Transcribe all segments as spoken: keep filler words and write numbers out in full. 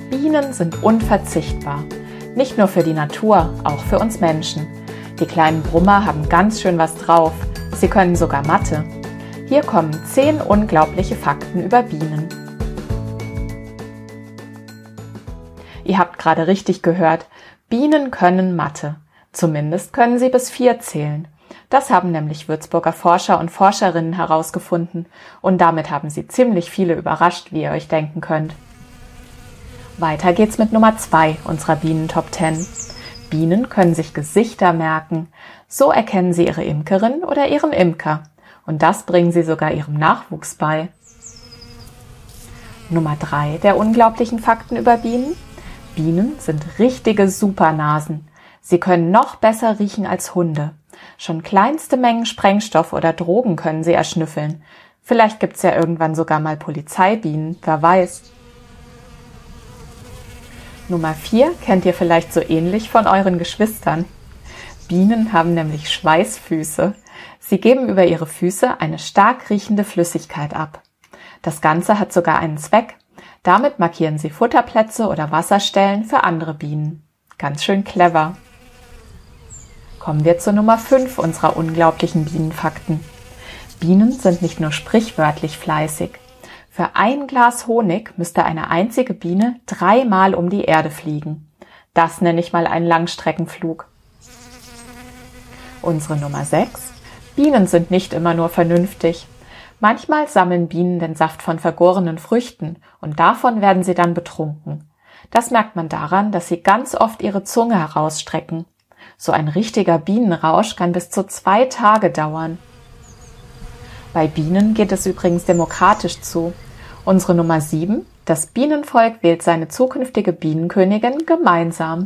Bienen sind unverzichtbar. Nicht nur für die Natur, auch für uns Menschen. Die kleinen Brummer haben ganz schön was drauf. Sie können sogar Mathe. Hier kommen zehn unglaubliche Fakten über Bienen. Ihr habt gerade richtig gehört, Bienen können Mathe. Zumindest können sie bis vier zählen. Das haben nämlich Würzburger Forscher und Forscherinnen herausgefunden und damit haben sie ziemlich viele überrascht, wie ihr euch denken könnt. Weiter geht's mit Nummer zwei unserer Bienen-Top zehn. Bienen können sich Gesichter merken. So erkennen sie ihre Imkerin oder ihren Imker. Und das bringen sie sogar ihrem Nachwuchs bei. Nummer drei der unglaublichen Fakten über Bienen. Bienen sind richtige Supernasen. Sie können noch besser riechen als Hunde. Schon kleinste Mengen Sprengstoff oder Drogen können sie erschnüffeln. Vielleicht gibt's ja irgendwann sogar mal Polizeibienen, wer weiß. Nummer vier kennt ihr vielleicht so ähnlich von euren Geschwistern. Bienen haben nämlich Schweißfüße. Sie geben über ihre Füße eine stark riechende Flüssigkeit ab. Das Ganze hat sogar einen Zweck. Damit markieren sie Futterplätze oder Wasserstellen für andere Bienen. Ganz schön clever. Kommen wir zur Nummer fünf unserer unglaublichen Bienenfakten. Bienen sind nicht nur sprichwörtlich fleißig. Für ein Glas Honig müsste eine einzige Biene dreimal um die Erde fliegen. Das nenne ich mal einen Langstreckenflug. Unsere Nummer sechs. Bienen sind nicht immer nur vernünftig. Manchmal sammeln Bienen den Saft von vergorenen Früchten und davon werden sie dann betrunken. Das merkt man daran, dass sie ganz oft ihre Zunge herausstrecken. So ein richtiger Bienenrausch kann bis zu zwei Tage dauern. Bei Bienen geht es übrigens demokratisch zu. Unsere Nummer sieben. Das Bienenvolk wählt seine zukünftige Bienenkönigin gemeinsam.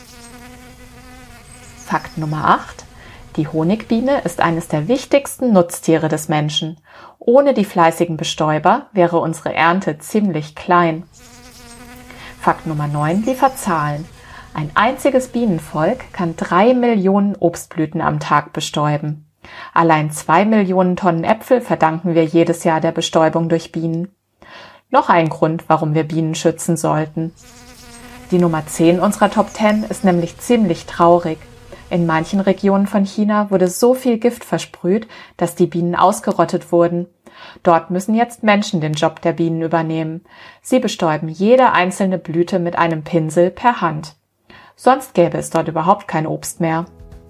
Fakt Nummer acht. Die Honigbiene ist eines der wichtigsten Nutztiere des Menschen. Ohne die fleißigen Bestäuber wäre unsere Ernte ziemlich klein. Fakt Nummer neun liefert Zahlen. Ein einziges Bienenvolk kann drei Millionen Obstblüten am Tag bestäuben. Allein zwei Millionen Tonnen Äpfel verdanken wir jedes Jahr der Bestäubung durch Bienen. Noch ein Grund, warum wir Bienen schützen sollten. Die Nummer zehn unserer Top zehn ist nämlich ziemlich traurig. In manchen Regionen von China wurde so viel Gift versprüht, dass die Bienen ausgerottet wurden. Dort müssen jetzt Menschen den Job der Bienen übernehmen. Sie bestäuben jede einzelne Blüte mit einem Pinsel per Hand. Sonst gäbe es dort überhaupt kein Obst mehr.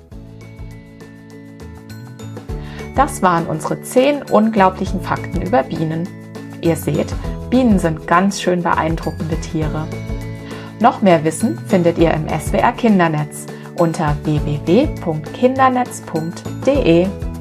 Das waren unsere zehn unglaublichen Fakten über Bienen. Ihr seht, Bienen sind ganz schön beeindruckende Tiere. Noch mehr Wissen findet ihr im S W R Kindernetz unter w w w punkt kindernetz punkt d e.